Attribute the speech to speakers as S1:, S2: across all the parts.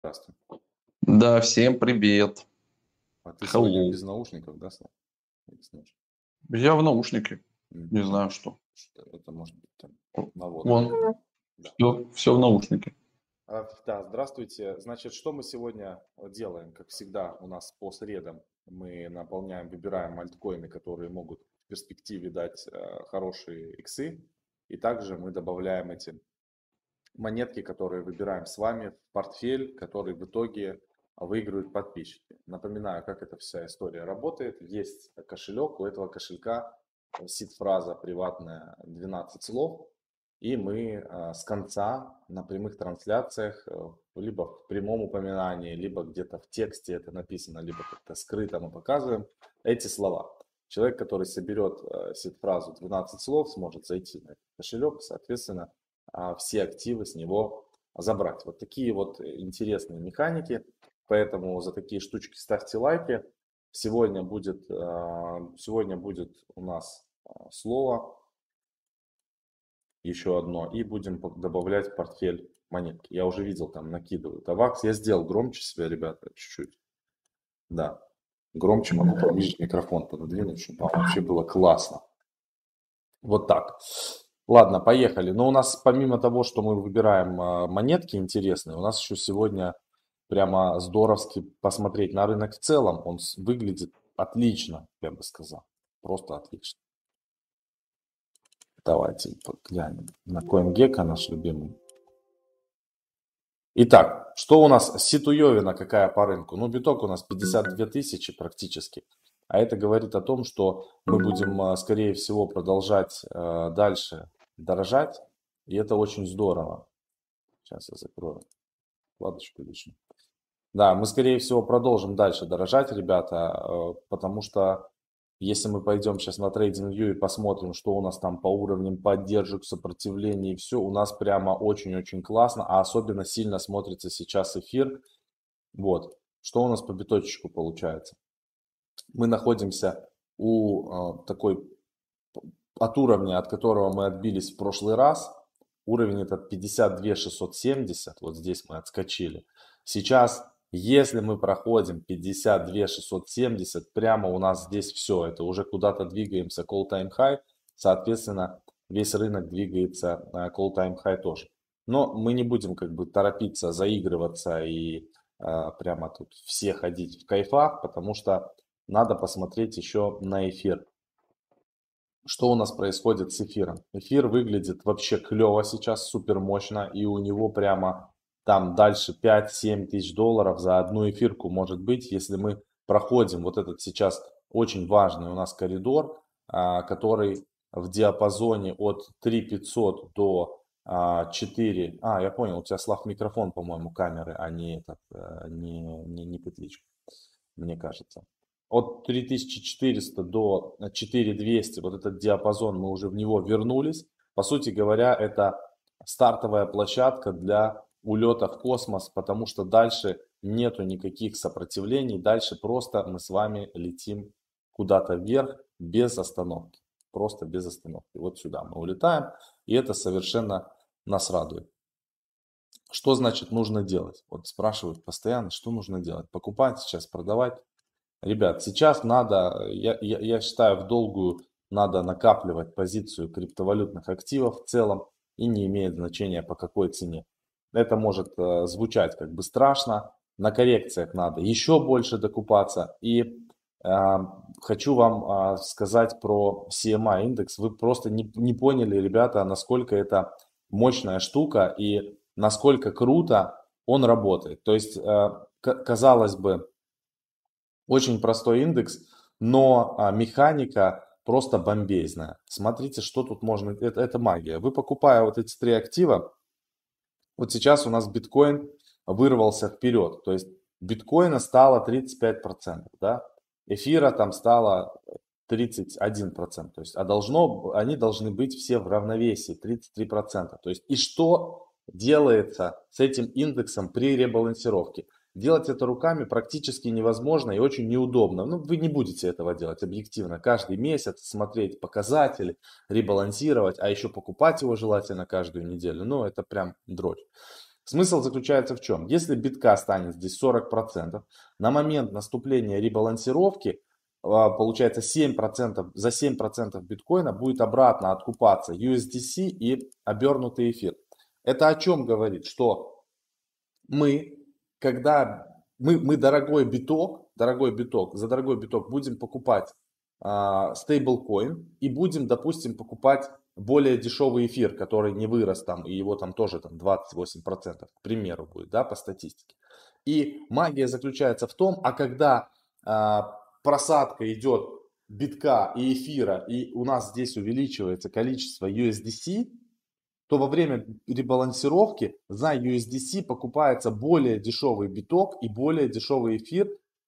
S1: Здравствуй.
S2: Да, всем привет.
S1: А ты сегодня
S2: Hello.
S1: без наушников, да, Слав? Или с наушниками?
S2: Я в наушнике. Не
S1: Мгм.
S2: знаю что.
S1: Что это может быть там
S2: О,
S1: наводка.
S2: Вон,
S1: Да.
S2: все в наушнике.
S1: Да, здравствуйте. Значит, что мы сегодня делаем? Как всегда, у нас по средам мы наполняем, выбираем альткоины, которые могут в перспективе дать хорошие иксы. И также мы добавляем эти монетки, которые выбираем с вами в портфель, который в итоге выигрывают подписчики. Напоминаю, как эта вся история работает. Есть кошелек, у этого кошелька сид-фраза приватная 12 слов, и мы с конца на прямых трансляциях, либо в прямом упоминании, либо где-то в тексте это написано, либо как-то скрыто мы показываем эти слова. Человек, который соберет сид-фразу 12 слов, сможет зайти на этот кошелек, соответственно, все активы с него забрать. Вот такие вот интересные механики. Поэтому за такие штучки ставьте лайки. Сегодня будет у нас слово еще одно. И будем добавлять в портфель монетки. Я уже видел, там накидывают. Авакс я сделал громче себя, ребята, чуть-чуть. Да, громче могу поближе микрофон пододвинуть, чтобы вам вообще было классно. Вот так. Ладно, поехали. Но у нас помимо того, что мы выбираем монетки интересные, у нас еще сегодня прямо здоровски посмотреть на рынок в целом. Он выглядит отлично, я бы сказал. Просто отлично. Давайте глянем на CoinGecko, наш любимый. Итак, что у нас? Ситуевина какая по рынку? Ну, биток у нас 52 тысячи практически. А это говорит о том, что мы будем, скорее всего, продолжать дальше дорожать. И это очень здорово. Сейчас я закрою вкладочку лишнюю. Да, мы, скорее всего, продолжим дальше дорожать, ребята, потому что если мы пойдем сейчас на TradingView и посмотрим, что у нас там по уровням поддержек, сопротивлений и все, у нас прямо очень-очень классно, а особенно сильно смотрится сейчас эфир. Вот, что у нас по биточечку получается? Мы находимся такой, от уровня, от которого мы отбились в прошлый раз. Уровень этот 52 670, вот здесь мы отскочили. Сейчас, если мы проходим 52 670, прямо у нас здесь все, это уже куда-то двигаемся к all-time high, соответственно, весь рынок двигается к all-time high тоже. Но мы не будем как бы торопиться, заигрываться и прямо тут все ходить в кайфах, потому что надо посмотреть еще на эфир. Что у нас происходит с эфиром? Эфир выглядит вообще клево сейчас, супер мощно, и у него прямо там дальше 5-7 тысяч долларов за одну эфирку может быть, если мы проходим вот этот сейчас очень важный у нас коридор, который в диапазоне от 3500 до 4. Я понял, у тебя, Слав, микрофон, по-моему, камеры, а не этот, не петличка, мне кажется. От 3400 до 4200, вот этот диапазон, мы уже в него вернулись. По сути говоря, это стартовая площадка для улета в космос, потому что дальше нету никаких сопротивлений, дальше просто мы с вами летим куда-то вверх без остановки, просто без остановки. Вот сюда мы улетаем, и это совершенно нас радует. Что значит нужно делать? Вот спрашивают постоянно, что нужно делать? Покупать сейчас, продавать? Ребят, сейчас надо, я считаю, в долгую надо накапливать позицию криптовалютных активов в целом, и не имеет значения по какой цене. Это может звучать как бы страшно, на коррекциях надо еще больше докупаться. И хочу вам сказать про CMA индекс. Вы просто не поняли, ребята, насколько это мощная штука и насколько круто он работает. То есть, казалось бы, очень простой индекс, но механика просто бомбезная. Смотрите, что тут можно. Это магия. Вы, покупая вот эти три актива, вот сейчас у нас биткоин вырвался вперед. То есть биткоина стало 35%, да? Эфира там стало 31%. То есть, они должны быть все в равновесии, 33%. То есть, и что делается с этим индексом при ребалансировке? Делать это руками практически невозможно и очень неудобно. Ну, вы не будете этого делать объективно. Каждый месяц смотреть показатели, ребалансировать, а еще покупать его желательно каждую неделю. Ну, это прям дрочь. Смысл заключается в чем? Если битка станет здесь 40%, на момент наступления ребалансировки, получается 7%, за 7% биткоина будет обратно откупаться USDC и обернутый эфир. Это о чем говорит? Что мы, когда мы дорогой биток, за дорогой биток будем покупать стейблкоин и будем, допустим, покупать более дешевый эфир, который не вырос там, и его там тоже там 28%, к примеру, будет, да, по статистике. И магия заключается в том, а когда просадка идет битка и эфира, и у нас здесь увеличивается количество USDC, то во время ребалансировки за USDC покупается более дешевый биток и более дешевый эфир,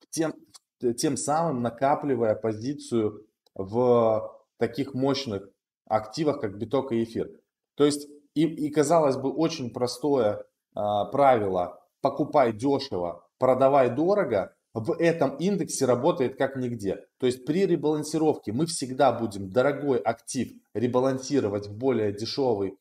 S1: тем самым накапливая позицию в таких мощных активах, как биток и эфир. То есть, и казалось бы, очень простое правило: покупай дешево, продавай дорого, в этом индексе работает как нигде. То есть при ребалансировке мы всегда будем дорогой актив ребалансировать в более дешевый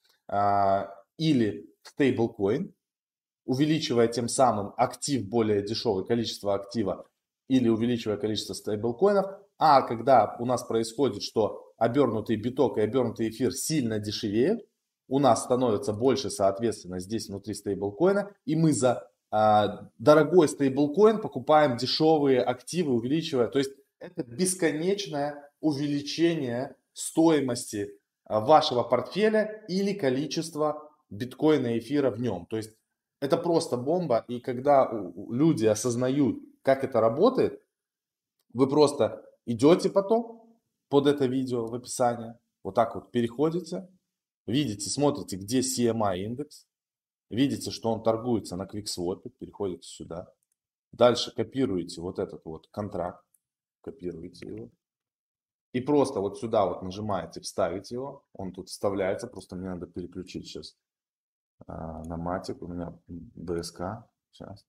S1: или стейблкоин, увеличивая тем самым актив более дешевый, количество актива, или увеличивая количество стейблкоинов. А когда у нас происходит, что обернутый биток и обернутый эфир сильно дешевеют, у нас становится больше, соответственно, здесь внутри стейблкоина, и мы за дорогой стейблкоин покупаем дешевые активы, увеличивая. То есть это бесконечное увеличение стоимости вашего портфеля или количества биткоина и эфира в нем. То есть это просто бомба. И когда люди осознают, как это работает, вы просто идете потом под это видео в описании, вот так вот переходите, видите, смотрите, где CMI индекс, видите, что он торгуется на QuickSwap, переходите сюда. Дальше копируете вот этот вот контракт, копируете его. И просто вот сюда вот нажимаете вставить его, он тут вставляется, просто мне надо переключить сейчас на матик, у меня БСК, сейчас,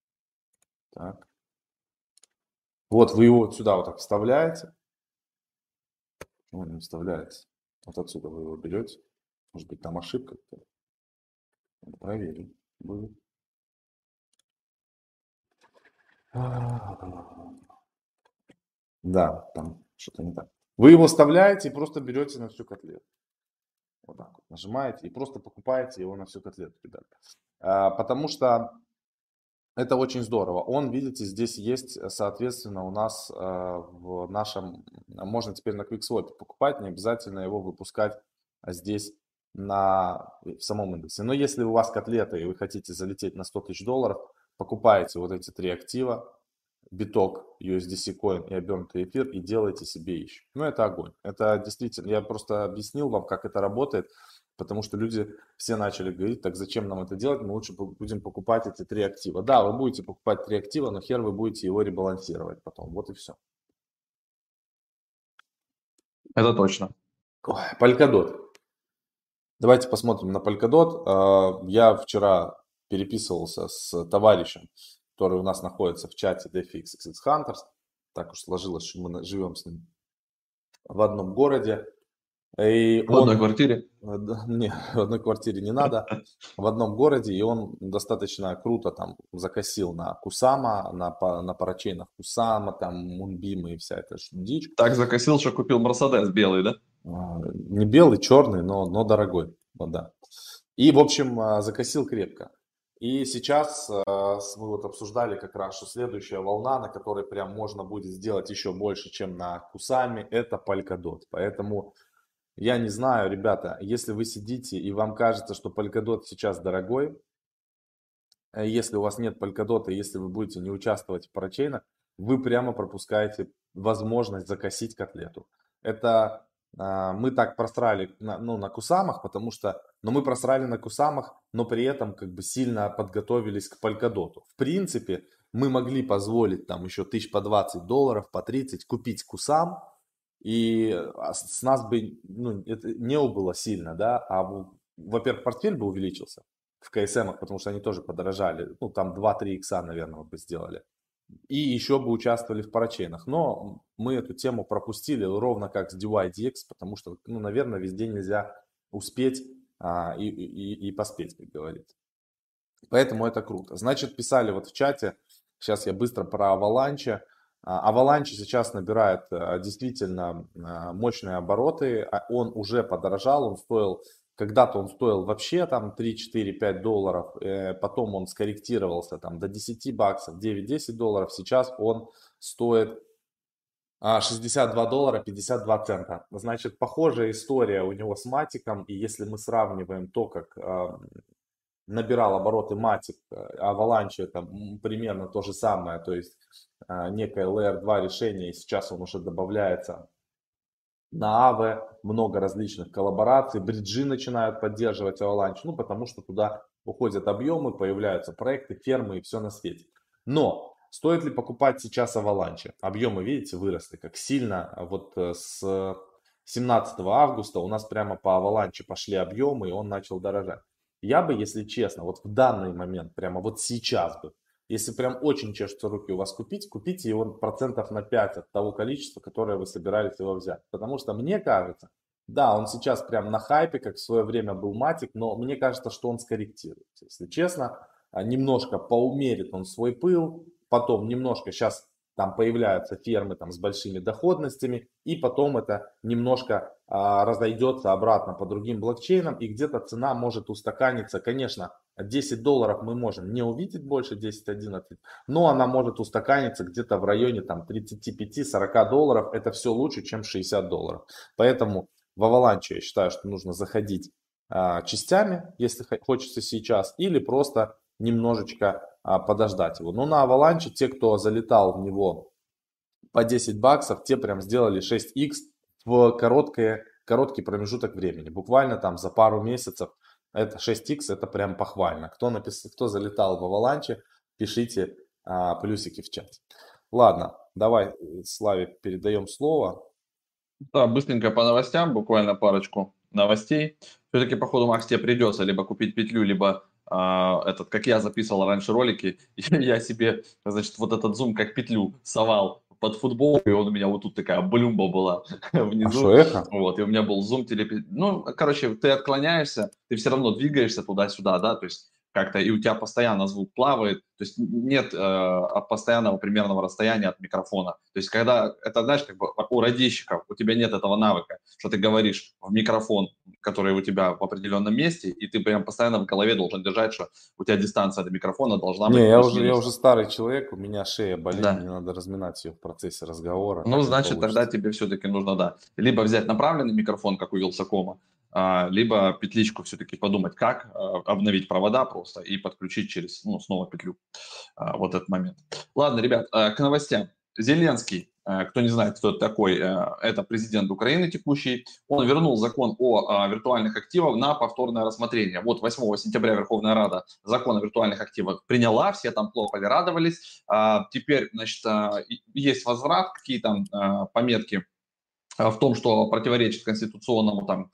S1: так. Вот вы его вот сюда вот так вставляете, он не вставляется, вот отсюда вы его берете, может быть там ошибка, проверим будет. Да, там что-то не так. Вы его вставляете и просто берете на всю котлету. Вот так вот нажимаете и просто покупаете его на всю котлету, ребят. Потому что это очень здорово. Он, видите, здесь есть, соответственно, у нас в нашем, можно теперь на QuickSwap покупать, не обязательно его выпускать здесь в самом индексе. Но если у вас котлета и вы хотите залететь на 100 тысяч долларов, покупаете вот эти три актива: биток, USDC Coin и обернутый эфир, и делайте себе еще. Ну, это огонь. Это действительно, я просто объяснил вам, как это работает, потому что люди все начали говорить: так зачем нам это делать, мы лучше будем покупать эти три актива. Да, вы будете покупать три актива, но хер вы будете его ребалансировать потом. Вот и все.
S2: Это точно.
S1: Polkadot. Давайте посмотрим на Polkadot. Я вчера переписывался с товарищем, который у нас находится в чате DeFi Hunters. Так уж сложилось, что мы живем с ним в одном городе. И
S2: В одной квартире?
S1: Не, в одной квартире не надо. В одном городе, и он достаточно круто там закосил на Кусама, на парачейнах Кусама, там Мунбим и вся эта дичь.
S2: Так закосил, что купил Мерседес белый, да?
S1: Не белый, черный, но дорогой. Вот, да. И, в общем, закосил крепко. И сейчас мы вот обсуждали как раз, что следующая волна, на которой прям можно будет сделать еще больше, чем на Кусаме, это Polkadot. Поэтому я не знаю, ребята, если вы сидите и вам кажется, что Polkadot сейчас дорогой, если у вас нет Polkadot, если вы будете не участвовать в парачейнах, вы прямо пропускаете возможность закосить котлету. Это мы так просрали на Кусамах, но мы просрали на Кусамах, но при этом как бы сильно подготовились к Polkadot. В принципе, мы могли позволить там еще тысяч по 20 долларов, по 30 купить Кусам, и с нас бы это не убыло сильно, да, во-первых, портфель бы увеличился в КСМах, потому что они тоже подорожали, ну там 2-3 икса, наверное, бы сделали. И еще бы участвовали в парачейнах. Но мы эту тему пропустили, ровно как с DYDX, потому что, наверное, везде нельзя успеть и поспеть, как говорится. Поэтому это круто. Значит, писали вот в чате, сейчас я быстро про Avalanche. Avalanche сейчас набирает действительно мощные обороты. Он уже подорожал, он стоил, когда-то он стоил вообще там 3, 4, 5 долларов. Потом он скорректировался там до 10 баксов, 9-10 долларов. Сейчас он стоит 62 доллара 52 цента. Значит, похожая история у него с Матиком. И если мы сравниваем то, как набирал обороты Matic, Avalanche это примерно то же самое, то есть некое Layer 2 решение, и сейчас он уже добавляется на Aave, много различных коллабораций, бриджи начинают поддерживать Avalanche, ну потому что туда уходят объемы, появляются проекты, фермы и все на свете. Но стоит ли покупать сейчас Avalanche? Объемы, видите, выросли как сильно. Вот с 17 августа у нас прямо по Avalanche пошли объемы, и он начал дорожать. Я бы, если честно, вот в данный момент, прямо вот сейчас бы, если прям очень чешутся руки у вас купить, купите его процентов на 5 от того количества, которое вы собирались его взять. Потому что мне кажется, да, он сейчас прям на хайпе, как в свое время был Матик, но мне кажется, что он скорректируется. Если честно, немножко поумерит он свой пыл, потом немножко сейчас там появляются фермы там, с большими доходностями, и потом это немножко разойдется обратно по другим блокчейнам, и где-то цена может устаканиться. Конечно, 10 долларов мы можем не увидеть больше 10-11, но она может устаканиться где-то в районе там 35-40 долларов. Это все лучше, чем 60 долларов. Поэтому в Avalanche я считаю, что нужно заходить частями, если хочется сейчас, или просто немножечко подождать его. Но на Avalanche те, кто залетал в него по 10 баксов, те прям сделали 6х в короткий промежуток времени. Буквально там за пару месяцев это 6х, это прям похвально. Кто залетал в Avalanche, пишите плюсики в чате. Ладно, давай Славе передаем слово.
S2: Да, быстренько по новостям, буквально парочку новостей. Все-таки, походу, Макс, тебе придется либо купить петлю, либо как я записывал раньше ролики, я себе, значит, вот этот зум как петлю совал под футбол, и он у меня вот тут такая блюмба была
S1: А что
S2: внизу,
S1: эхо?
S2: вот, и у меня был зум Ну, короче, ты отклоняешься, ты все равно двигаешься туда-сюда, да, то есть как-то, и у тебя постоянно звук плавает, то есть нет постоянного примерного расстояния от микрофона. То есть когда, это знаешь, как бы у радищиков, у тебя нет этого навыка, что ты говоришь в микрофон, который у тебя в определенном месте, и ты прям постоянно в голове должен держать, что у тебя дистанция до микрофона должна быть
S1: Не, я
S2: плюс-минус.
S1: уже старый человек, у меня шея болит,
S2: Да.
S1: мне надо разминать ее в процессе разговора,
S2: Ну,
S1: так не
S2: значит, тогда
S1: получится.
S2: тебе все-таки нужно, да, либо взять направленный микрофон, как у Вилсакома, либо петличку все-таки подумать, как обновить провода просто и подключить через, ну, снова петлю. Вот этот момент. Ладно, ребят, к новостям. Зеленский, кто не знает, кто это такой, это президент Украины текущий, он вернул закон о виртуальных активах на повторное рассмотрение. Вот 8 сентября Верховная Рада закон о виртуальных активах приняла, все там плохо радовались. Теперь, значит, есть возврат, какие там пометки в том, что противоречит конституционному там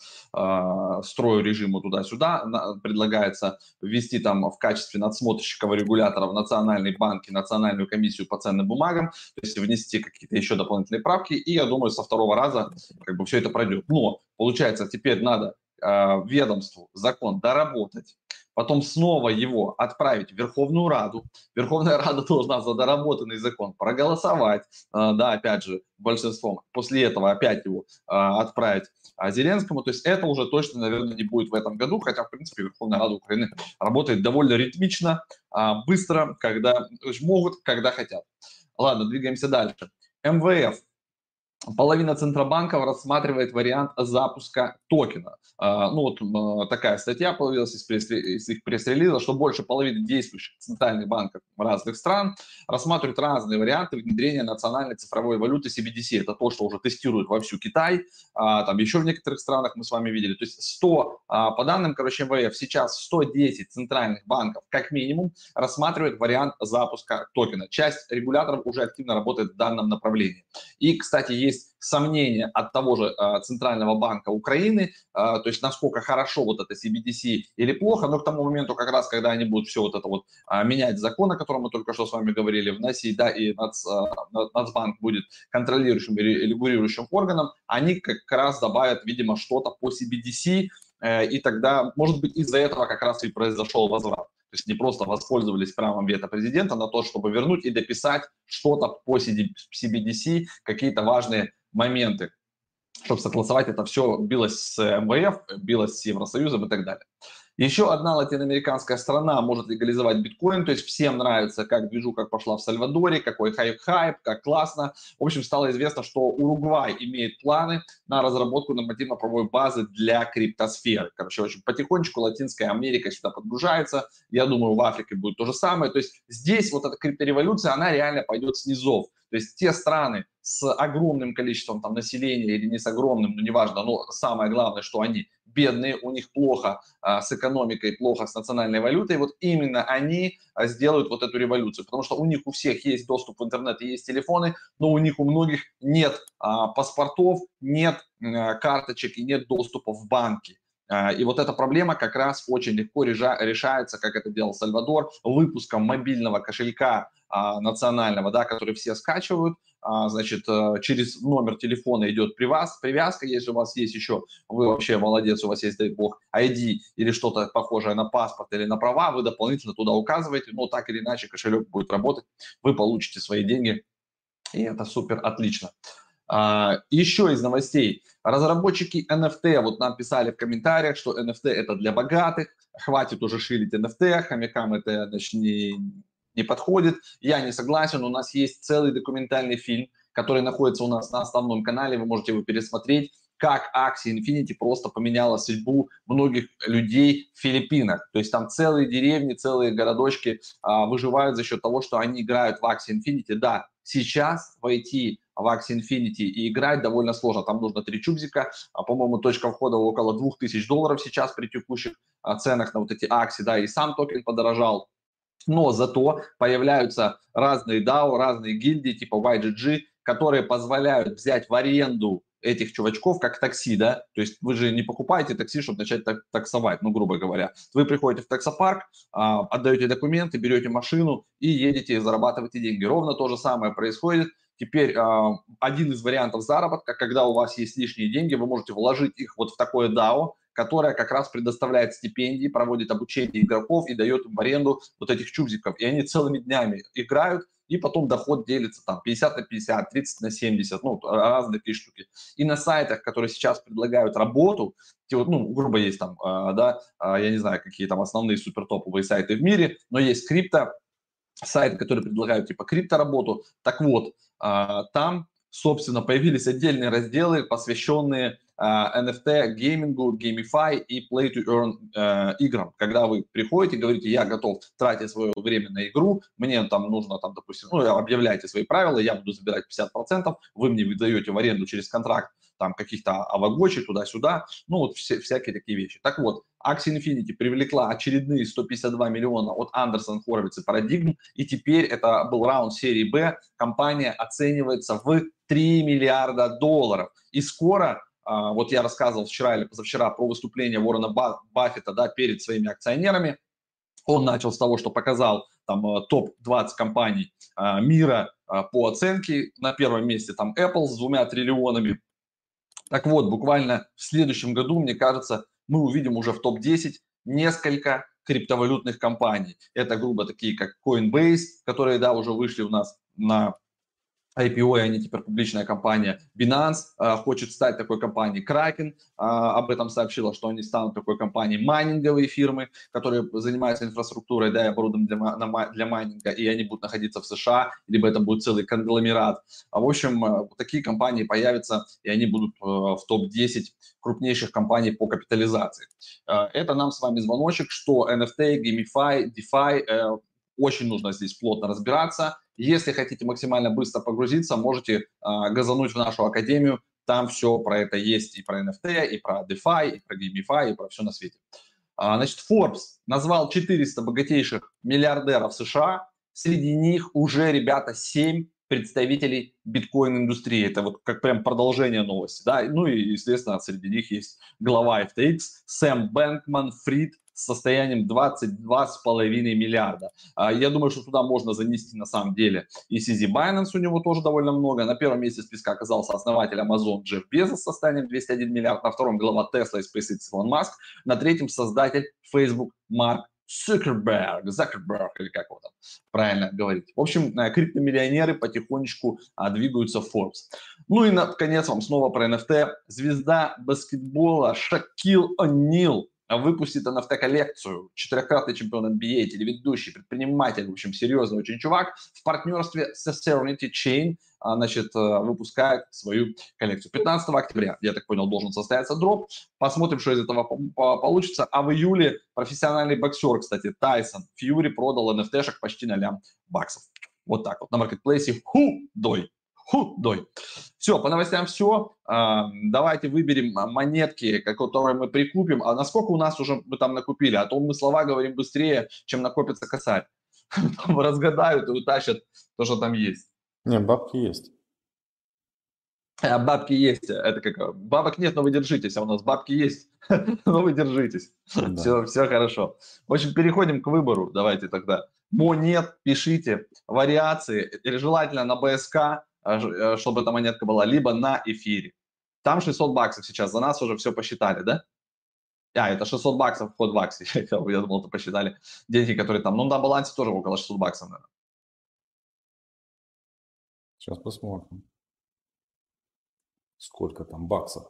S2: строю, режиму туда-сюда, предлагается ввести там в качестве надсмотрщиков и регуляторов Национальный банк и Национальную комиссию по ценным бумагам, то есть внести какие-то еще дополнительные правки, и я думаю, со второго раза как бы все это пройдет. Но получается, теперь надо ведомству закон доработать, потом снова его отправить в Верховную Раду. Верховная Рада должна за доработанный закон проголосовать, да, опять же, большинством. После этого опять его отправить Зеленскому. То есть это уже точно, наверное, не будет в этом году, хотя, в принципе, Верховная Рада Украины работает довольно ритмично, быстро, когда могут, когда хотят. Ладно, двигаемся дальше. МВФ. Половина центробанков рассматривает вариант запуска токена. Ну вот такая статья появилась из их пресс-релиза, что больше половины действующих центральных банков разных стран рассматривают разные варианты внедрения национальной цифровой валюты CBDC. Это то, что уже тестирует вовсю Китай, там еще в некоторых странах мы с вами видели. То есть 100, по данным, короче, МВФ, сейчас 110 центральных банков как минимум рассматривают вариант запуска токена. Часть регуляторов уже активно работает в данном направлении. И, кстати, есть сомнения от того же Центрального банка Украины, то есть насколько хорошо вот это CBDC или плохо, но к тому моменту, как раз, когда они будут все вот это вот менять закон, о котором мы только что с вами говорили, вносить, да, и Нацбанк будет контролирующим и регулирующим органом, они как раз добавят, видимо, что-то по CBDC, и тогда, может быть, из-за этого как раз и произошел возврат. То есть не просто воспользовались правом вето президента на то, чтобы вернуть и дописать что-то по CBDC, какие-то важные моменты, чтобы согласовать это все, билось с МВФ, билось с Евросоюзом и так далее. Еще одна латиноамериканская страна может легализовать биткоин, то есть всем нравится, как движуха пошла в Сальвадоре, какой хайп, как классно. В общем, стало известно, что Уругвай имеет планы на разработку нормативно-правовой базы для криптосферы. Короче, очень потихонечку Латинская Америка сюда подгружается. Я думаю, в Африке будет то же самое. То есть здесь вот эта криптореволюция, она реально пойдет с низов. То есть те страны с огромным количеством там населения или не с огромным, ну неважно, но самое главное, что они бедные, у них плохо с экономикой, плохо с национальной валютой, вот именно они сделают вот эту революцию, потому что у них у всех есть доступ в интернет и есть телефоны, но у них у многих нет паспортов, нет карточек и нет доступа в банки. И вот эта проблема как раз очень легко решается, как это делал Сальвадор, выпуском мобильного кошелька национального, да, который все скачивают, значит, через номер телефона идет привязка, если у вас есть еще, вы вообще молодец, у вас есть, дай бог, ID или что-то похожее на паспорт или на права, вы дополнительно туда указываете, но так или иначе кошелек будет работать, вы получите свои деньги, и это супер отлично. Еще из новостей. Разработчики NFT, вот нам писали в комментариях, что NFT это для богатых, хватит уже шилить NFT, хомякам это, значит, не подходит. Я не согласен, у нас есть целый документальный фильм, который находится у нас на основном канале, вы можете его пересмотреть, как Axie Infinity просто поменяла судьбу многих людей в Филиппинах. То есть там целые деревни, целые городочки выживают за счет того, что они играют в Axie Infinity. Да, сейчас войти в Axie Infinity и играть довольно сложно. Там нужно 3 чубзика, по-моему, точка входа около $2000 сейчас при текущих ценах на вот эти Axie, да, и сам токен подорожал. Но зато появляются разные DAO, разные гильдии типа YGG, которые позволяют взять в аренду этих чувачков как такси, да, то есть вы же не покупаете такси, чтобы начать таксовать, ну, грубо говоря. Вы приходите в таксопарк, отдаете документы, берете машину и едете, и зарабатываете деньги. Ровно то же самое происходит. Теперь один из вариантов заработка, когда у вас есть лишние деньги, вы можете вложить их вот в такое DAO, которая как раз предоставляет стипендии, проводит обучение игроков и дает им в аренду вот этих чубзиков. И они целыми днями играют, и потом доход делится там 50 на 50, 30 на 70, ну, разные такие штуки. И на сайтах, которые сейчас предлагают работу, ну, грубо есть там, да, я не знаю, какие там основные супертоповые сайты в мире, но есть сайты, которые предлагают типа криптоработу. Так вот, там, собственно, появились отдельные разделы, посвященные NFT, геймингу, GameFi и Play to Earn играм. Когда вы приходите и говорите, я готов тратить свое время на игру, мне там нужно, там, допустим, ну, объявляйте свои правила, я буду забирать 50%, вы мне выдаете в аренду через контракт там каких-то авагочи туда-сюда, ну вот всякие такие вещи. Так вот, Axie Infinity привлекла очередные 152 миллиона от Андерсон Хоровиц и Paradigm, и теперь это был раунд серии Б, компания оценивается в $3 миллиарда. И скоро, вот я рассказывал вчера или позавчера про выступление Уоррена Баффета, да, перед своими акционерами, он начал с того, что показал там топ-20 компаний мира по оценке, на первом месте там Apple с 2 триллионами. Так вот, буквально в следующем году, мне кажется, мы увидим уже в топ-10 несколько криптовалютных компаний. Это, грубо, такие как Coinbase, которые, да, уже вышли у нас на IPO, и они теперь публичная компания. Binance хочет стать такой компанией. Kraken об этом сообщила, что они станут такой компанией. Майнинговые фирмы, которые занимаются инфраструктурой, да, и оборудованием для майнинга, и они будут находиться в США, либо это будет целый конгломерат. В общем, такие компании появятся, и они будут в топ-10 крупнейших компаний по капитализации. Это нам с вами звоночек, что NFT, GameFi, DeFi, очень нужно здесь плотно разбираться. Если хотите максимально быстро погрузиться, можете газануть в нашу академию. Там все про это есть, и про NFT, и про DeFi, и про GameFi, и про все на свете. Значит, Forbes назвал 400 богатейших миллиардеров США. Среди них уже, ребята, 7 представителей биткоин-индустрии. Это вот как прям продолжение новости. Да? Ну и, естественно, среди них есть глава FTX Сэм Бэнкман-Фрид, с состоянием 22,5 миллиарда. Я думаю, что туда можно занести на самом деле и CZ Binance, у него тоже довольно много. На первом месте списка оказался основатель Amazon Джефф Безос с состоянием 201 миллиард, на втором глава Tesla и SpaceX Илон Маск, на третьем создатель Facebook Марк Цукерберг, или как его там правильно говорить. В общем, криптомиллионеры потихонечку двигаются в Forbes. Ну и наконец вам снова про NFT. Звезда баскетбола Шакил О'Нил выпустит NFT-коллекцию. Четырехкратный чемпион NBA, телеведущий, предприниматель, в общем, серьезный очень чувак, в партнерстве с Serenity Chain, значит, выпускает свою коллекцию. 15 октября, я так понял, должен состояться дроп. Посмотрим, что из этого получится. А в июле профессиональный боксер, кстати, Тайсон Фьюри продал NFT-шек почти на $1 000 000. Вот так вот на маркетплейсе худой. Все, по новостям все. Давайте выберем монетки, которые мы прикупим. А насколько у нас уже мы там накупили? А то мы слова говорим быстрее, чем накопится косарь. Разгадают и утащат то, что там есть.
S1: Не, бабки есть.
S2: Бабки есть. Это как бабок нет, но вы держитесь. А у нас бабки есть, но вы держитесь.
S1: Да.
S2: Все хорошо. В общем, переходим к выбору. Давайте тогда. Монет пишите, вариации, или желательно на БСК, чтобы эта монетка была, либо на эфире. Там $600 сейчас, за нас уже все посчитали, да? Это $600 вход в акции. Я думал, это посчитали деньги, которые там. Ну, на балансе тоже около $600, наверное.
S1: Сейчас посмотрим. Сколько там баксов?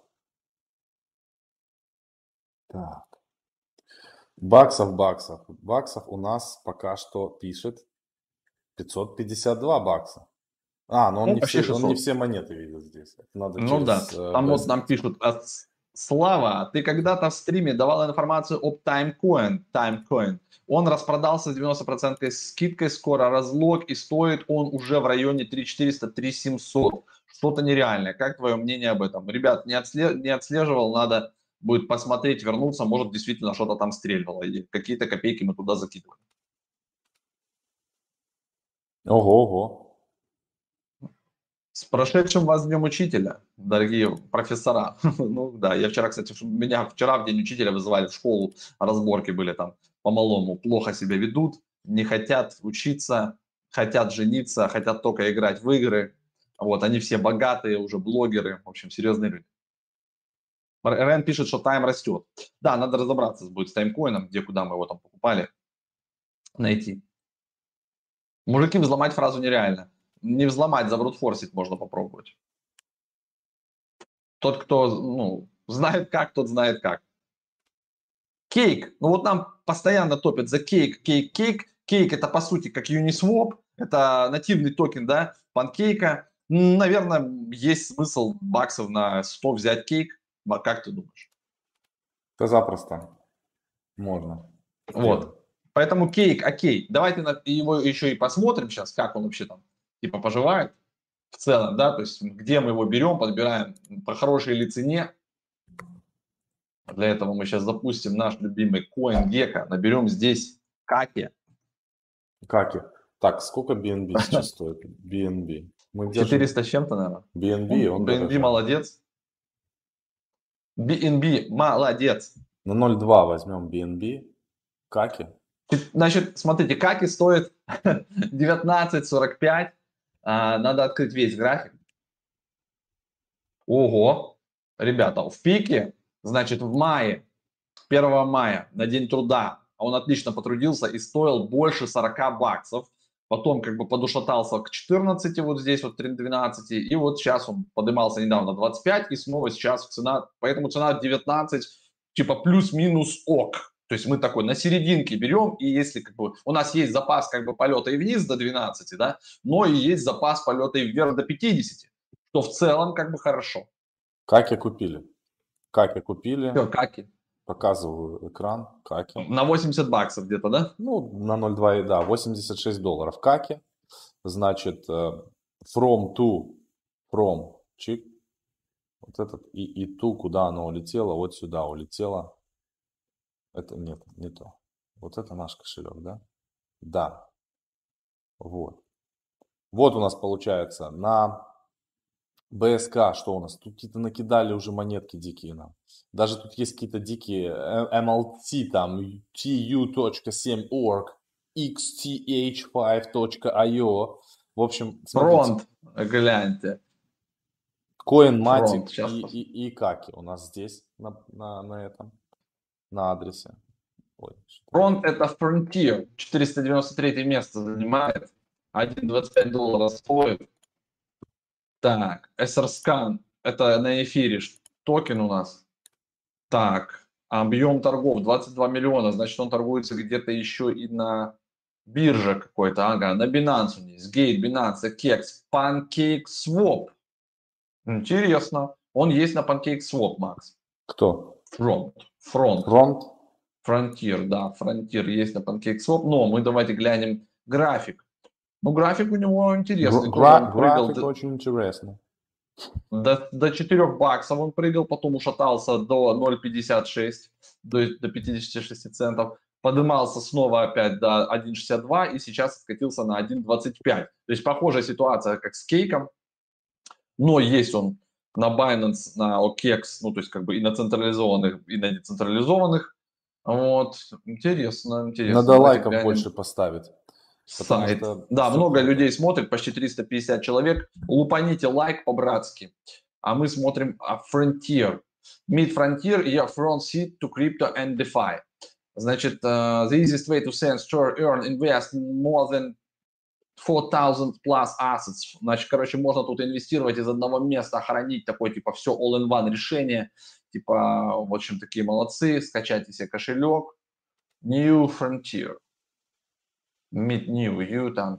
S1: Так. Баксов у нас пока что пишет 552 бакса. Но он, не все монеты видит здесь. Надо
S2: ну да, там вот нам пишут, Слава, ты когда-то в стриме давал информацию об Timecoin. Он распродался с 90% скидкой, скоро разлог, и стоит он уже в районе 3400-3700. Что-то нереальное. Как твое мнение об этом? Ребят, не отслеживал, надо будет посмотреть, вернуться, может действительно что-то там стрельнуло, и какие-то копейки мы туда закидываем.
S1: Ого.
S2: С прошедшим вас Днем Учителя, дорогие профессора. Ну да, я вчера, кстати, меня вчера в День Учителя вызывали в школу, разборки были там по-малому, плохо себя ведут, не хотят учиться, хотят жениться, хотят только играть в игры. Вот, они все богатые, уже блогеры, в общем, серьезные люди. Рен пишет, что тайм растет. Да, надо разобраться будет с таймкоином, где, куда мы его там покупали, найти. Мужики, взломать фразу нереально. Не взломать, забрутфорсить можно попробовать. Тот, кто знает как, тот знает как. Кейк. Ну вот нам постоянно топят за кейк. Кейк это по сути как Uniswap. Это нативный токен, да, панкейка. Наверное, есть смысл баксов на 100 взять кейк. А как ты думаешь?
S1: Это запросто. Можно.
S2: Вот. Поэтому кейк, окей. Давайте его еще и посмотрим сейчас, как он вообще там типа поживает в целом, да, то есть где мы его берем, подбираем по хорошей или цене. Для этого мы сейчас запустим наш любимый CoinGecko, наберем здесь Каки.
S1: Так, сколько BNB сейчас стоит? BNB. Мы
S2: 400 с чем-то, наверное.
S1: BNB, он
S2: BNB молодец. BNB молодец.
S1: На 0.2 возьмем BNB. Каки.
S2: Значит, смотрите, Каки стоит 19.45. Надо открыть весь график. Ого, ребята, в пике, значит, в мае, 1 мая, на День труда, он отлично потрудился и стоил больше 40 баксов. Потом как бы подушатался к 14, вот здесь вот 12, и вот сейчас он поднимался недавно 25, и снова сейчас цена, поэтому цена 19, типа плюс-минус ок. То есть мы такой на серединке берем, и если как бы у нас есть запас как бы полета и вниз до 12, да, но и есть запас полета и вверх до 50, то в целом как бы хорошо.
S1: Каки купили.
S2: Все, Каки.
S1: Показываю экран. Каки.
S2: На 80 баксов где-то, да?
S1: Ну, на 0.2, да, $86. Каки. Значит, from, чик. Вот этот и ту, куда оно улетело, вот сюда улетело. Это нет, не то. Вот это наш кошелек, да? Да. Вот. Вот у нас получается на БСК, что у нас? Тут какие-то накидали уже монетки дикие нам. Даже тут есть какие-то дикие MLT, там tu.7.org, xth5.io. В общем, смотрите,
S2: Фронт, гляньте.
S1: CoinMatic
S2: Фронт, сейчас
S1: и Икаки у нас здесь на этом, на адресе. Ой,
S2: Фронт это Frontier, 493 место занимает, $1.25 стоит. Так, SRScan, это на эфире токен у нас. Так, объем торгов 22 миллиона, значит он торгуется где-то еще и на бирже какой-то, ага, на Binance у них, Gate, Binance, Kex, PancakeSwap. Интересно, он есть на PancakeSwap, Макс.
S1: Кто?
S2: Фронт.
S1: Фронт?
S2: Frontier, да, Frontier есть на PancakeSwap, но мы давайте глянем график. Ну, график у него интересный, тоже он прыгал
S1: График очень интересный.
S2: до 4 баксов он прыгал, потом ушатался до 0,56, до 56 центов, поднимался снова опять до 1,62 и сейчас откатился на 1,25. То есть похожая ситуация, как с Кейком, но есть он на Binance, на OKEX, ну, то есть как бы и на централизованных, и на децентрализованных. Вот, интересно, интересно.
S1: Надо
S2: Давайте
S1: лайков
S2: глянем
S1: больше поставить. Потому
S2: сайт.
S1: что
S2: Да,
S1: все
S2: много
S1: круто.
S2: людей смотрит, почти 350 человек. Лупаните лайк по-братски. А мы смотрим Frontier. Mid Frontier и Front Seat to Crypto and DeFi. Значит, the easiest way to send, store, earn, invest more than 4,000 plus assets. Значит, короче, можно тут инвестировать из одного места, хранить такое, типа, все all-in-one решение. Типа, в общем, такие молодцы. Скачайте себе кошелек. New Frontier. Meet new you, там,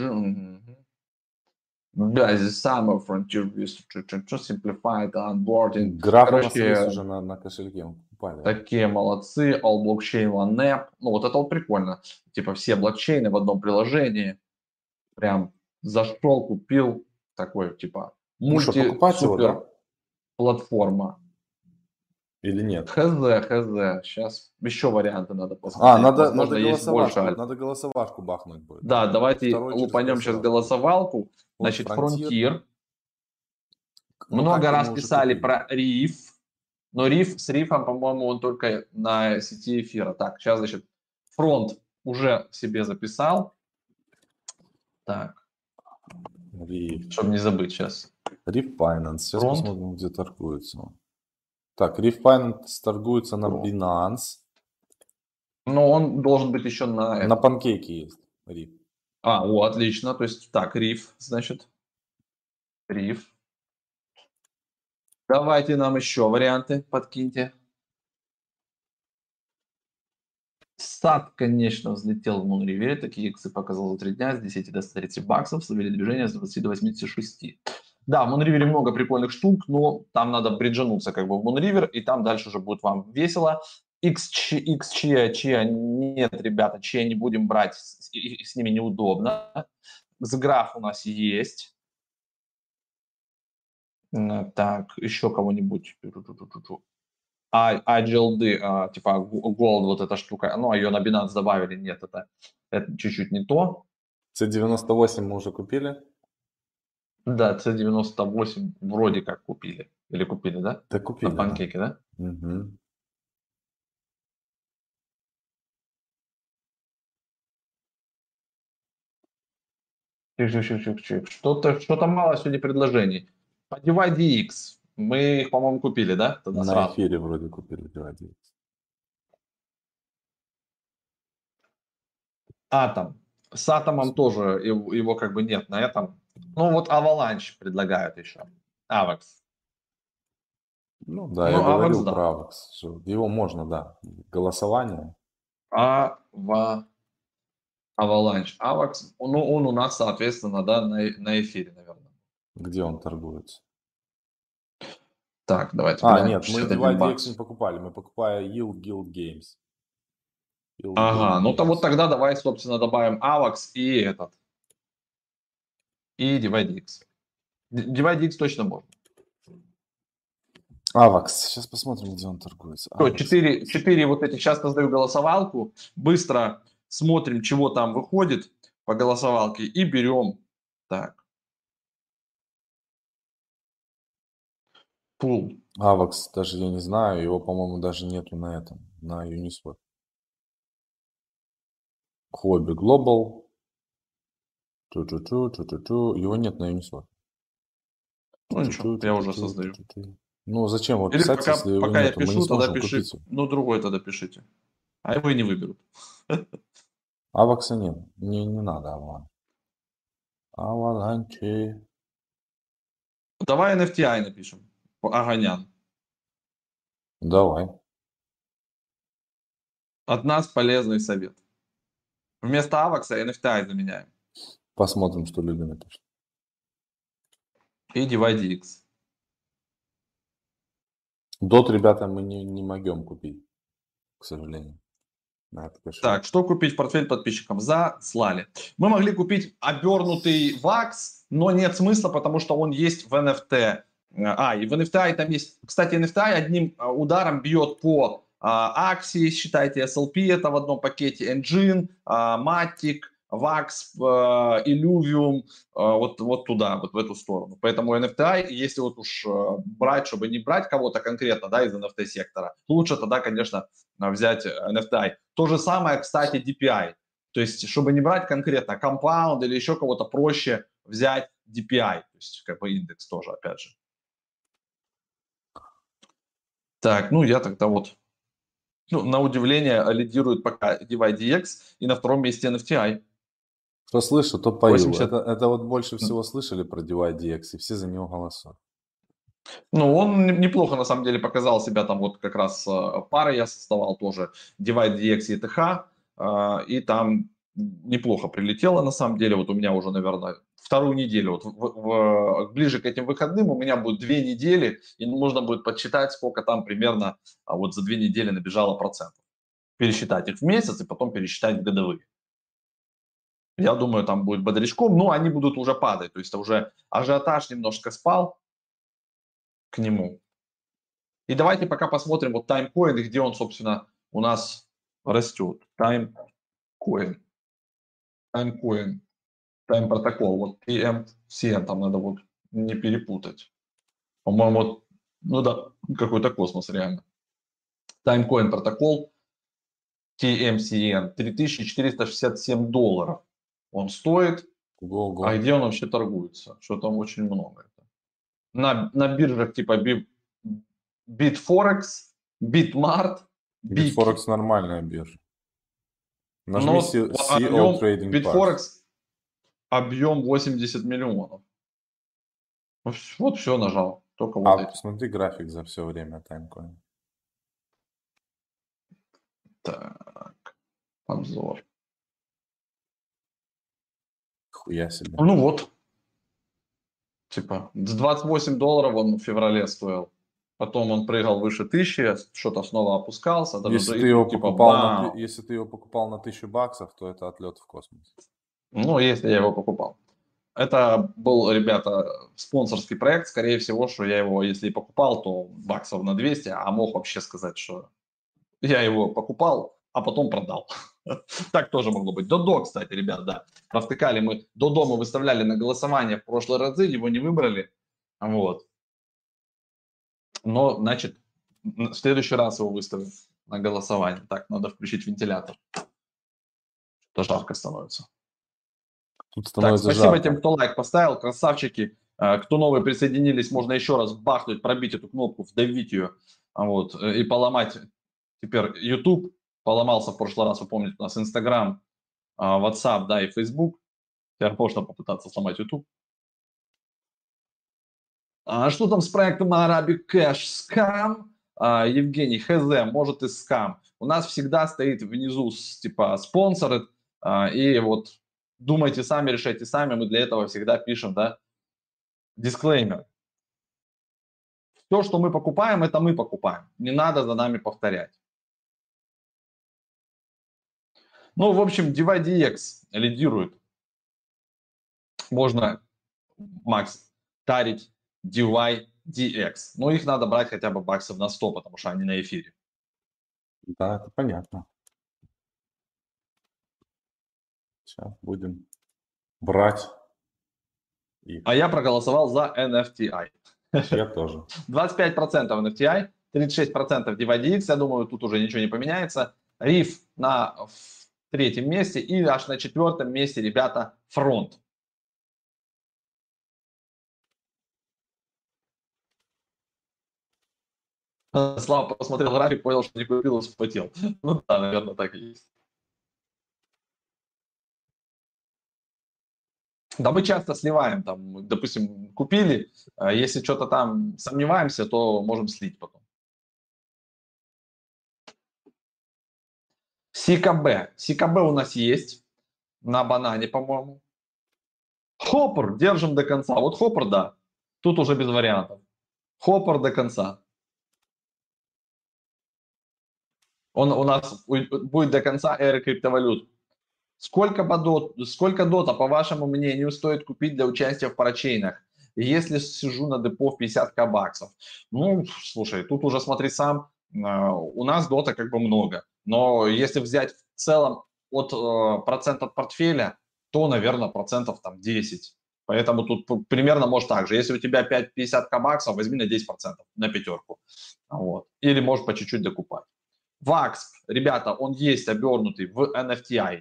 S2: да, здесь summer frontier with simplified onboarding.
S1: Граф у нас есть
S2: Короче,
S1: уже на кошельке. Мы покупали.
S2: такие молодцы. All blockchain one app. Ну, вот это вот прикольно. Типа все блокчейны в одном приложении. Прям зашел, купил. Такой, типа,
S1: Ну что, покупать его,
S2: мульти-супер
S1: да?
S2: платформа.
S1: Или нет?
S2: Хз. Сейчас еще варианты надо посмотреть. Возможно, есть больше.
S1: Надо голосовашку бахнуть будет.
S2: Да, давайте
S1: Второй через
S2: лупанем сейчас
S1: голосовашку.
S2: голосовалку.
S1: Вот
S2: Значит,
S1: Frontier.
S2: Frontier.
S1: Ну,
S2: Много
S1: как
S2: раз
S1: мы уже
S2: писали
S1: купили.
S2: про риф, но риф с рифом, по-моему, он только на сети эфира. Так, сейчас, значит, фронт уже себе записал. Так,
S1: Риф.
S2: чтобы не забыть сейчас.
S1: Риф Finance. Сейчас
S2: Фронт.
S1: посмотрим, где торгуется. Так, Риф Finance торгуется на
S2: Фронт.
S1: Binance.
S2: Но он должен быть еще на
S1: На панкейке есть риф.
S2: отлично. То есть, так, риф, значит. Риф. Давайте нам еще варианты подкиньте. Сад, конечно, взлетел в Moonriver. Такие иксы показал за 3 дня с 10 до 130 баксов. Словили движение с 20 до 86. Да, в Moonriver много прикольных штук, но там надо бриджануться как бы в Moonriver, и там дальше уже будет вам весело. Chia нет, ребята, Chia не будем брать, с ними неудобно. Сграф у нас есть. Так, еще кого-нибудь. IGLD, типа Gold, вот эта штука, ну, ее на Binance добавили, нет, это чуть-чуть не то.
S1: C98 мы уже купили.
S2: Да, C98 вроде как купили. Или купили, да?
S1: Да, купили,
S2: На панкейке, да?
S1: Угу.
S2: Чик-чик-чик-чик. Что-то мало сегодня предложений. По DYDX мы их, по-моему, купили, да? Тогда
S1: На
S2: сразу.
S1: эфире вроде купили.
S2: Атом. С Атомом тоже его как бы нет на этом. Ну вот Avalanche предлагают еще. Avax.
S1: Ну да,
S2: Ну,
S1: я говорил
S2: Avax, да.
S1: про Avax. Его можно, да. Голосование.
S2: Avalanche. Avax, ну он у нас, соответственно, да, на эфире, наверное.
S1: Где он торгуется?
S2: Так, давайте глянем.
S1: Нет, мы
S2: 61
S1: DYDX
S2: бакс.
S1: не покупали. Мы покупаем Yield Guild Games.
S2: Ага, ну то
S1: Games.
S2: вот тогда давай, собственно, добавим Avax и этот. И DYDX. DYDX точно можно.
S1: Avax. Сейчас посмотрим, где он торгуется.
S2: Все, 4 вот эти. Сейчас создаю голосовалку. Быстро смотрим, чего там выходит по голосовалке. И берем. Так. Пул.
S1: Авакс даже я не знаю, его, по-моему, даже нету на этом, на Uniswap. Хобби Global. Его нет на Uniswap.
S2: Ну ничего, я уже создаю.
S1: Ну, зачем его
S2: Или
S1: писать,
S2: пока,
S1: если его
S2: пока я
S1: нету? Мы не
S2: пишу, тогда
S1: сможем
S2: пиши,
S1: купить его.
S2: ну другой тогда пишите. А его и не выберут.
S1: Авакса нет. Не надо Аван. Аваланчи.
S2: Давай NFTI напишем. Аганян.
S1: Давай.
S2: От нас полезный совет. Вместо Авакса NFTI заменяем.
S1: Посмотрим, что люди напишут.
S2: И DYDX.
S1: Дот, ребята, мы не могем купить, к сожалению. На этот кошелек.
S2: Так, что купить в портфель подписчикам? Заслали. Мы могли купить обернутый вакс, но нет смысла, потому что он есть в NFT. И в NFTI там есть... Кстати, NFTI одним ударом бьет по Axie, считайте, SLP, это в одном пакете, Engine, Matic, Vax, Illuvium, вот туда, вот в эту сторону. Поэтому NFTI, если вот уж брать, чтобы не брать кого-то конкретно, да, из NFT сектора, лучше тогда, конечно, взять NFTI. То же самое, кстати, DPI. То есть, чтобы не брать конкретно Compound или еще кого-то, проще взять DPI, то есть как бы индекс тоже, опять же. Так, ну я тогда вот, на удивление, лидирует пока DYDX и на втором месте NFTI.
S1: Кто слышит, то пою.
S2: 80.
S1: Это вот больше всего слышали про DYDX, и все за него голосуют.
S2: Ну, он неплохо, на самом деле, показал себя там, вот как раз пары я создавал тоже, DYDX и ETH, и там неплохо прилетело, на самом деле, вот у меня уже, наверное, вторую неделю, вот ближе к этим выходным у меня будет 2 недели, и можно будет подсчитать, сколько там примерно вот за 2 недели набежало процентов. Пересчитать их в месяц и потом пересчитать в годовые. Я думаю, там будет бодрячком, но они будут уже падать, то есть уже ажиотаж немножко спал к нему. И давайте пока посмотрим вот Timecoin, где он, собственно, у нас растет. Timecoin. Timecoin. Time протокол. Вот TMCN, там надо вот не перепутать. По-моему, ну да, какой-то космос реально. Timecoin протокол TMCN. $3467 он стоит.
S1: Ого-го.
S2: А где он вообще торгуется? Что там очень много. На биржах типа Bitforex, Bitmart, Biki.
S1: Bitforex нормальная биржа. Нажми
S2: Но
S1: See All
S2: объем
S1: Trading Pairs.
S2: Bitforex, объем 80 миллионов. Вот все нажал, только вот эти.
S1: Посмотри график за все время Timecoin.
S2: Так, обзор.
S1: Хуя себе.
S2: Ну вот, типа, с $28 он в феврале стоил. Потом он прыгал выше 1000, что-то снова опускался.
S1: Если
S2: И
S1: ты его
S2: тут типа
S1: покупал
S2: бам.
S1: если ты его покупал на $1000, то это отлет в космос.
S2: Ну, если я его покупал. Это был, ребята, спонсорский проект. Скорее всего, что я его, если и покупал, то баксов на 200, а мог вообще сказать, что я его покупал, а потом продал. Так тоже могло быть. Додо, кстати, ребят, да. Провтыкали мы. Додо мы выставляли на голосование в прошлые разы, его не выбрали. Вот. Но, значит, в следующий раз его выставим на голосование. Так, надо включить вентилятор. То жарко становится.
S1: Тут
S2: Так,
S1: становится
S2: спасибо
S1: жарко.
S2: тем, кто лайк поставил, красавчики. Кто новые присоединились, можно еще раз бахнуть, пробить эту кнопку, вдавить ее, вот, и поломать теперь YouTube. Поломался в прошлый раз, вы помните, у нас Instagram, WhatsApp, да, и Facebook. Теперь можно попытаться сломать YouTube. А что там с проектом Arabic Cash? Скам? Евгений, хз, может и скам. У нас всегда стоит внизу типа спонсоры, и вот думайте сами, решайте сами. Мы для этого всегда пишем, да, дисклеймер. Все, что мы покупаем, это мы покупаем. Не надо за нами повторять. Ну, в общем, DYDX лидирует. Можно, Макс, тарить DYDX. Но их надо брать хотя бы баксов на 100, потому что они на эфире.
S1: Да, это понятно. Сейчас будем брать их.
S2: А я проголосовал за NFTI.
S1: Я тоже.
S2: 25% NFTI, 36% DYDX, я думаю, тут уже ничего не поменяется. RIF на третьем месте и аж на четвертом месте, ребята, Фронт. Слава посмотрел график, понял, что не купил и вспотел. Ну да, наверное, так и есть. Да мы часто сливаем, там, допустим, купили, если что-то там сомневаемся, то можем слить потом. СикаБ. СикаБ у нас есть на банане, по-моему. Хоппер, держим до конца. Вот Хоппер, да. Тут уже без вариантов. Хоппер до конца. Он у нас будет до конца эры криптовалют. Сколько дота, по вашему мнению, стоит купить для участия в парачейнах, если сижу на депо в 50к баксов? Ну, слушай, тут уже смотри сам, у нас дота как бы много, но если взять в целом процент от портфеля, то, наверное, процентов там 10. Поэтому тут примерно может так же. Если у тебя 50к баксов, возьми на 10%, на пятерку. Вот. Или можешь по чуть-чуть докупать. ВАКС, ребята, он есть обернутый в NFTI.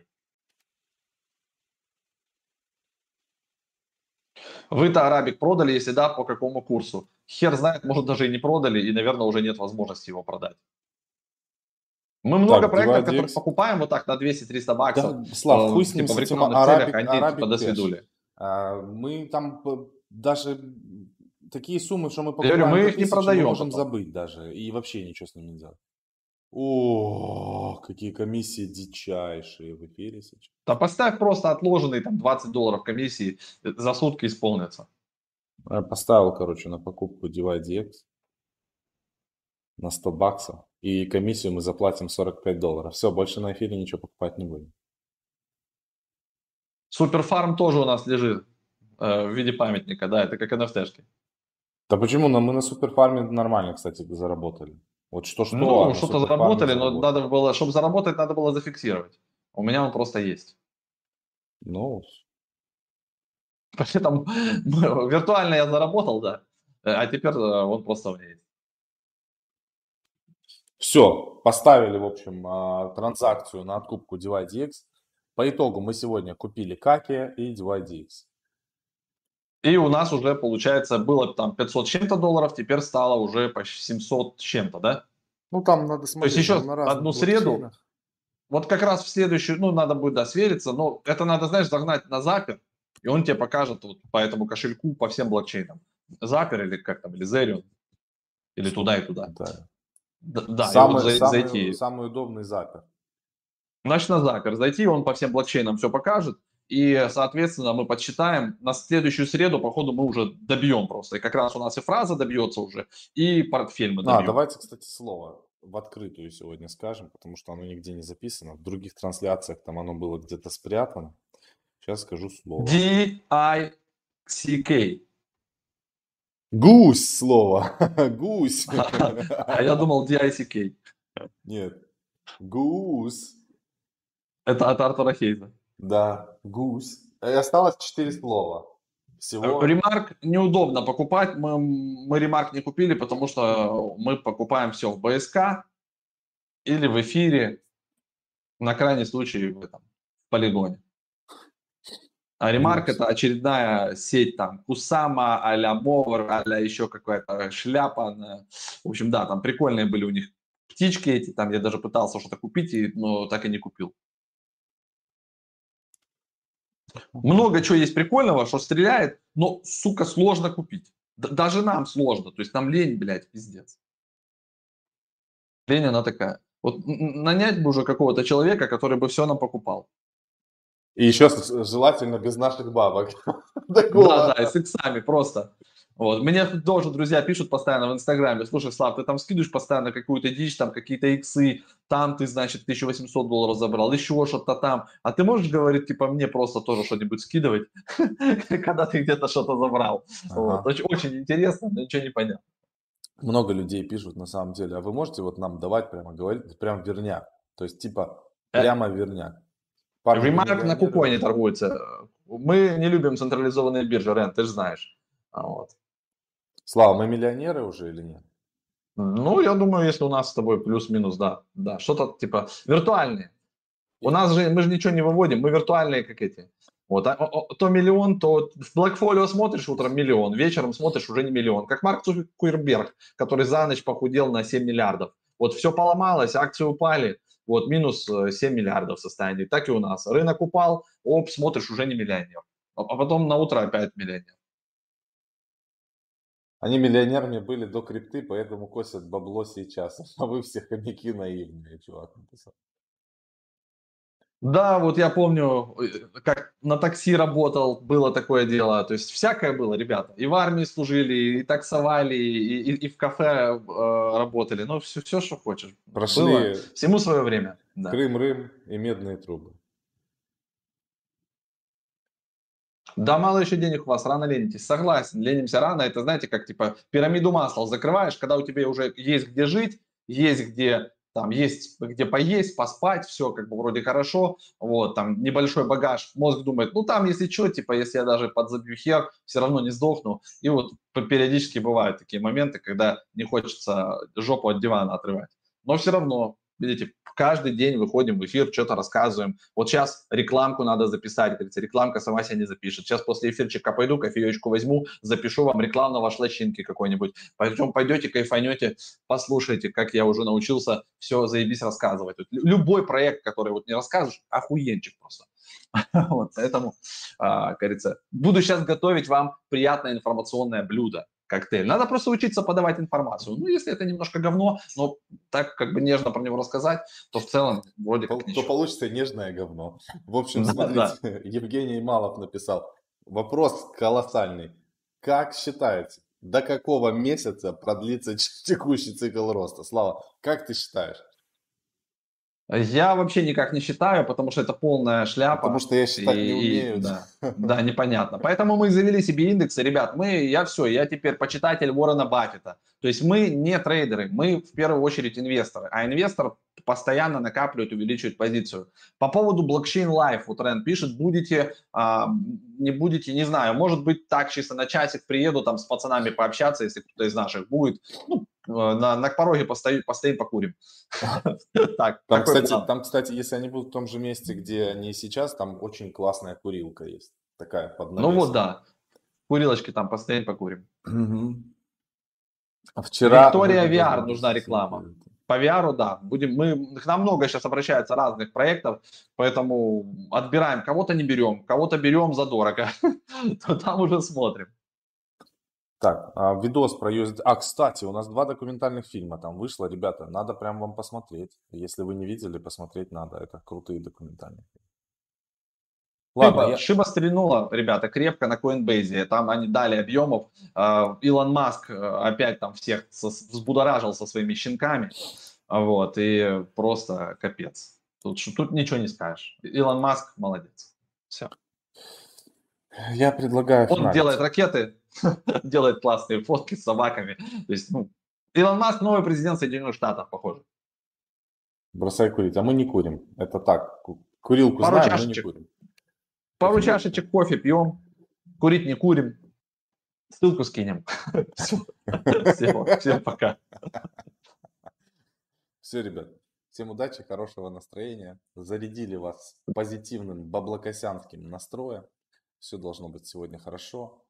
S2: Вы-то Арабик продали, если да, по какому курсу? Хер знает, может даже и не продали, и, наверное, уже нет возможности его продать. Мы много проектов, которые покупаем вот так на 200-300 баксов.
S1: Да, Слав, хуй с ним,
S2: типа в
S1: с этим
S2: рекламных целях, они типа досвидули.
S1: Мы там даже такие суммы, что мы
S2: Я говорю,
S1: покупаем
S2: мы
S1: за
S2: их не
S1: 1000,
S2: продаем
S1: мы можем
S2: потом.
S1: забыть даже. И вообще ничего с ним не делать. О, какие комиссии дичайшие в эфире сейчас.
S2: Да поставь просто отложенный там $20 комиссии, за сутки исполнится.
S1: Я поставил, короче, на покупку DYDX на 100 баксов. И комиссию мы заплатим $45. Все, больше на эфире ничего покупать не будем.
S2: Суперфарм тоже у нас лежит в виде памятника, да, это как NFT-шки.
S1: Да почему? Мы на суперфарме нормально, кстати, заработали. Вот что-что,
S2: Ну, что-то заработали, но надо было, чтобы заработать, надо было зафиксировать. У меня он просто есть.
S1: Ну,
S2: Поэтому виртуально я заработал, да, а теперь он просто у меня есть.
S1: все, поставили, в общем, транзакцию на откупку DYDX. По итогу мы сегодня купили Каки и DYDX.
S2: И у нас уже, получается, было там 500 с чем-то долларов, теперь стало уже почти 700 с чем-то, да?
S1: Ну, там надо смотреть.
S2: То есть еще
S1: на разных
S2: одну среду,
S1: блокчейнах.
S2: вот как раз в следующую, ну, надо будет, да, свериться, но это надо, знаешь, загнать на Запер, и он тебе покажет вот по этому кошельку, по всем блокчейнам. Запер или как там, или Zerion, или туда и туда.
S1: Да.
S2: Да, и вот зайти.
S1: Самый удобный Запер.
S2: Значит, на Запер зайти, он по всем блокчейнам все покажет, и, соответственно, мы подсчитаем. На следующую среду, походу, мы уже добьем просто. И как раз у нас и фраза добьется уже, и портфель мы добьем.
S1: Давайте, кстати, слово в открытую сегодня скажем, потому что оно нигде не записано. В других трансляциях там оно было где-то спрятано. Сейчас скажу слово.
S2: DICK.
S1: Гусь слово. Гусь.
S2: А я думал DICK.
S1: Нет. Гусь.
S2: Это от Артура Хейза.
S1: Да, гусь. И осталось 4 слова. Всего.
S2: Ремарк неудобно покупать. Мы ремарк не купили, потому что мы покупаем все в БСК или в эфире, на крайний случай в полигоне. А ремарк это очередная сеть там Кусама, а-ля Мовер, а-ля еще какая-то шляпа. В общем, да, там прикольные были у них птички эти, там я даже пытался что-то купить, но так и не купил. Много чего есть прикольного, что стреляет, но, сука, сложно купить. Даже нам сложно, то есть нам лень, блядь, пиздец. Лень она такая. Вот нанять бы уже какого-то человека, который бы все нам покупал.
S1: И еще желательно без наших бабок.
S2: Да, и с иксами просто. Вот. Мне тоже друзья пишут постоянно в Инстаграме: слушай, Слав, ты там скидываешь постоянно какую-то дичь, там какие-то иксы, там ты, значит, $1800 забрал, еще что-то там. А ты можешь говорить, типа, мне просто тоже что-нибудь скидывать, когда ты где-то что-то забрал. Вот. Очень интересно, но ничего не понятно.
S1: Много людей пишут на самом деле. А вы можете вот нам давать прямо говорить, прям верняк? То есть, типа, прямо верняк.
S2: Ремарк на куконе торгуется. Мы не любим централизованные биржи, Рен, ты же знаешь. Вот.
S1: Слава, мы миллионеры уже или нет?
S2: Ну, я думаю, если у нас с тобой плюс-минус, да, да, что-то типа виртуальные. У
S1: И-
S2: нас же, мы же ничего не выводим, мы виртуальные, как эти. Вот, то миллион, то в Blackfolio смотришь утром миллион, вечером смотришь уже не миллион. Как Марк Цукерберг, который за ночь похудел на 7 миллиардов. Вот все поломалось, акции упали, вот минус 7 миллиардов в состоянии. Так и у нас. Рынок упал, оп, смотришь, уже не миллионер. А потом на утро опять миллионер.
S1: Они миллионерами были до крипты, поэтому косят бабло сейчас. А вы все хомяки наивные, чувак написал.
S2: Да, вот я помню, как на такси работал, было такое дело. То есть всякое было, ребята. И в армии служили, и таксовали, и в кафе работали. Ну, все, что хочешь. Было
S1: Прошли
S2: всему свое время. Да.
S1: Крым, Рым и медные трубы.
S2: Да, мало еще денег у вас, рано ленитесь. Согласен, ленимся рано. Это, знаете, как типа пирамиду масла закрываешь, когда у тебя уже есть где жить, есть где там есть где поесть, поспать, все как бы вроде хорошо, вот, там небольшой багаж, мозг думает, ну там если что, типа, если я даже подзабью хер, все равно не сдохну, и вот периодически бывают такие моменты, когда не хочется жопу от дивана отрывать, но все равно, видите, каждый день выходим в эфир, что-то рассказываем. Вот сейчас рекламку надо записать, говорится, рекламка сама себя не запишет. Сейчас после эфирчика пойду, кофеечку возьму, запишу вам рекламного шлачинки какой-нибудь. Потом пойдете, кайфанете, послушайте, как я уже научился все заебись рассказывать. Вот любой проект, который вот не расскажешь, охуенчик просто. Вот, поэтому, говорится, буду сейчас готовить вам приятное информационное блюдо, коктейль. Надо просто учиться подавать информацию. Ну, если это немножко говно, но так как бы нежно про него рассказать, то в целом вроде как
S1: То
S2: ничего.
S1: получится нежное говно. В общем,
S2: Да,
S1: смотрите,
S2: да.
S1: Евгений Малов написал. Вопрос колоссальный. Как считаете, до какого месяца продлится текущий цикл роста? Слава, как ты считаешь?
S2: Я вообще никак не считаю, потому что это полная
S1: Потому
S2: шляпа.
S1: что я считать не
S2: И
S1: умею.
S2: да, да, непонятно. Поэтому мы завели себе индексы, ребят. Я теперь почитатель Уоррена Баффета. То есть мы не трейдеры, мы в первую очередь инвесторы. А инвестор постоянно накапливает, увеличивает позицию. По поводу блокчейн Life, вот Рен пишет, не будете, не знаю, может быть так чисто на часик приеду там с пацанами пообщаться, если кто-то из наших будет. Ну, на пороге постоим, покурим. Так, такой план.
S1: Если они будут в том же месте, где они и сейчас, там очень классная курилка есть. Такая под
S2: Ну вот,
S1: навесом.
S2: да. Курилочки там постоим, покурим.
S1: Мгм. А вчера
S2: Виктория
S1: выгодно должно
S2: VR
S1: быть
S2: нужна
S1: совсем
S2: реклама.
S1: курилка.
S2: По VR, да. К нам много сейчас обращается разных проектов, поэтому отбираем. Кого-то не берем, кого-то берем задорого. То там уже смотрим.
S1: Так, видос про USD. Кстати, у нас 2 документальных фильма там вышло. Ребята, надо прям вам посмотреть. Если вы не видели, посмотреть надо. Это крутые документальные фильмы. Ладно,
S2: Шиба стрельнула, ребята, крепко на Coinbase. Там они дали объемов. Илон Маск опять там всех взбудоражил со своими щенками. Вот, и просто капец. Тут ничего не скажешь. Илон Маск молодец. Все.
S1: я предлагаю
S2: Он делает
S1: финалить.
S2: ракеты, делает классные фотки с собаками. То есть, ну, Илон Маск новый президент Соединенных Штатов, похоже.
S1: Бросай курить. А мы не курим. Это так. Курилку
S2: Пару
S1: знаем, но не
S2: чашечек,
S1: курим.
S2: пару
S1: Кофеечку.
S2: чашечек кофе пьем, курить не курим. Ссылку скинем. Всем пока.
S1: Все, ребят. Всем удачи, хорошего настроения. Зарядили вас позитивным баблокосянским настроем. Все должно быть сегодня хорошо.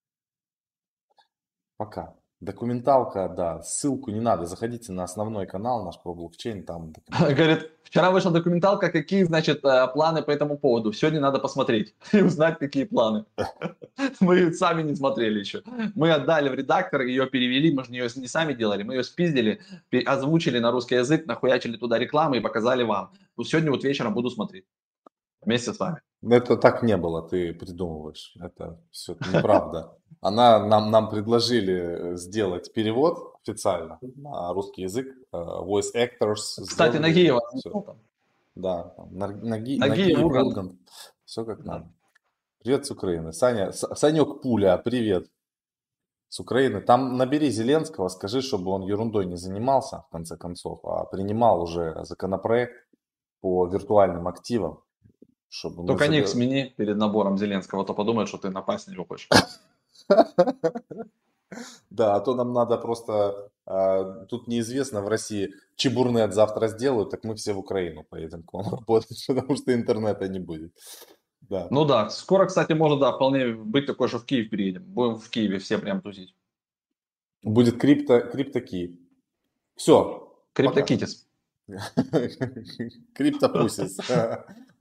S1: Пока. Документалка, да, ссылку не надо. Заходите на основной канал наш про блокчейн, там документалка.
S2: Говорит, вчера вышла документалка, какие, значит, планы по этому поводу. Сегодня надо посмотреть и узнать, какие планы. Мы сами не смотрели еще. Мы отдали в редактор, ее перевели, мы же ее не сами делали, мы ее спиздили, озвучили на русский язык, нахуячили туда рекламу и показали вам. Ну, сегодня вот вечером буду смотреть вместе с вами.
S1: Это так не было, ты придумываешь. Это все неправда. Нам предложили сделать перевод официально на русский язык. Voice actors
S2: Кстати,
S1: сделали.
S2: Нагиева,
S1: Все.
S2: ну, там,
S1: Да, там,
S2: Нагиев,
S1: Нагиев,
S2: Ургант.
S1: Ургант. Все как
S2: Да.
S1: надо. Привет с Украины. Санек Пуля, привет с Украины. Там набери Зеленского, скажи, чтобы он ерундой не занимался, в конце концов, а принимал уже законопроект по виртуальным активам, чтобы мы
S2: Только ник смени перед набором Зеленского, а то подумают, что ты напасть на него хочешь.
S1: Да, а то нам надо просто, тут неизвестно в России, Чебурнет завтра сделают, так мы все в Украину поедем к вам работать, потому что интернета не будет. Да.
S2: Ну да, скоро, кстати, может, да, вполне быть такое, что в Киев переедем. Будем в Киеве все прям тусить.
S1: Будет криптокиев. Все, пока.
S2: Криптокитис.
S1: Криптопусис.